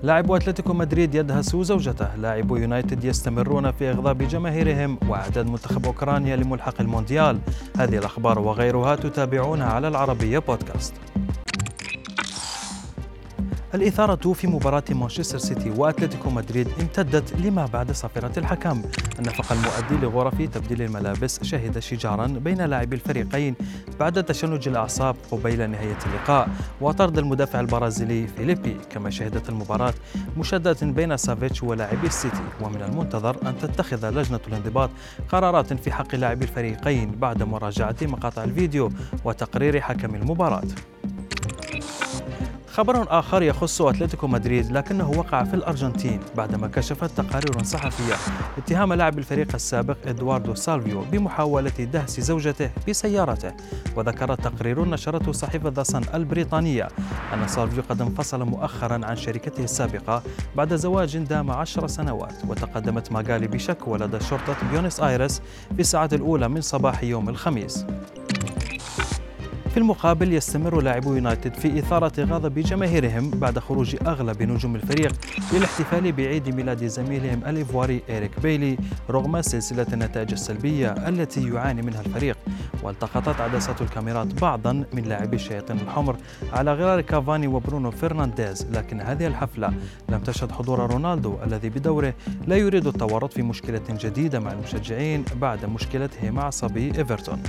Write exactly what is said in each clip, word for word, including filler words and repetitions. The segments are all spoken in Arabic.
لاعب أتلتيكو مدريد يدهس زوجته. لاعب يونايتد يستمرون في إغضاب جماهيرهم. وإعداد منتخب أوكرانيا لملحق المونديال. هذه الأخبار وغيرها تتابعونها على العربية بودكاست. الإثارة في مباراة مانشستر سيتي وأتلتيكو مدريد امتدت لما بعد صافرة الحكم. النفق المؤدي لغرف تبديل الملابس شهد شجارا بين لاعبي الفريقين بعد تشنج الأعصاب قبيل نهاية اللقاء وطرد المدافع البرازيلي فيليبي. كما شهدت المباراة مشادة بين سافيتش ولاعبي السيتي. ومن المنتظر أن تتخذ لجنة الانضباط قرارات في حق لاعبي الفريقين بعد مراجعة مقاطع الفيديو وتقرير حكم المباراة. خبر آخر يخص أتلتيكو مدريد لكنه وقع في الأرجنتين بعدما كشفت تقارير صحفية اتهام لاعب الفريق السابق إدواردو سالفيو بمحاولة دهس زوجته بسيارته. وذكرت تقرير نشرته صحيفة ذا صن البريطانية أن سالفيو قد انفصل مؤخرا عن شركته السابقة بعد زواج دام عشر سنوات. وتقدمت ماغالي بشكوى لدى شرطة بيونس آيرس في الساعة الأولى من صباح يوم الخميس. في المقابل يستمر لاعبو يونايتد في إثارة غضب جماهيرهم بعد خروج أغلب نجوم الفريق للاحتفال بعيد ميلاد زميلهم الإيفواري إيريك بايلي رغم سلسلة النتائج السلبية التي يعاني منها الفريق. والتقطت عدسات الكاميرات بعضا من لاعبي الشياطين الحمر على غرار كافاني وبرونو فرنانديز. لكن هذه الحفلة لم تشهد حضور رونالدو الذي بدوره لا يريد التورط في مشكلة جديدة مع المشجعين بعد مشكلته مع صبي إيفرتون.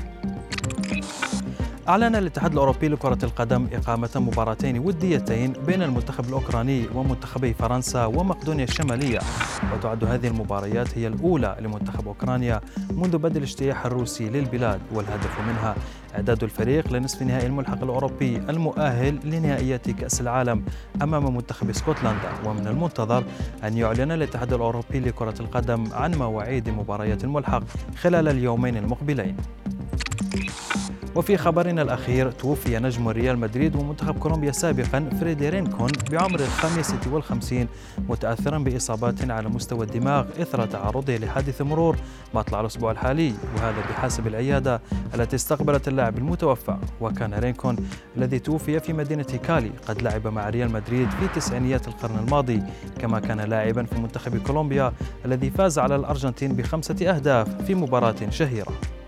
أعلن الاتحاد الأوروبي لكرة القدم إقامة مباراتين وديتين بين المنتخب الأوكراني ومنتخبي فرنسا ومقدونيا الشمالية. وتعد هذه المباريات هي الأولى لمنتخب أوكرانيا منذ بدء الاجتياح الروسي للبلاد. والهدف منها إعداد الفريق لنصف نهائي الملحق الأوروبي المؤهل لنهائيات كأس العالم أمام منتخب اسكتلندا. ومن المنتظر أن يعلن الاتحاد الأوروبي لكرة القدم عن مواعيد مباريات الملحق خلال اليومين المقبلين. وفي خبرنا الأخير توفي نجم ريال مدريد ومنتخب كولومبيا سابقا فريدي رينكون بعمر الخامسة والخمسين متأثرا بإصابات على مستوى الدماغ إثر تعرضه لحادث مرور مطلع الأسبوع الحالي. وهذا بحسب العيادة التي استقبلت اللاعب المتوفى. وكان رينكون الذي توفي في مدينة كالي قد لعب مع ريال مدريد في تسعينيات القرن الماضي. كما كان لاعبا في منتخب كولومبيا الذي فاز على الأرجنتين بخمسة أهداف في مباراة شهيرة.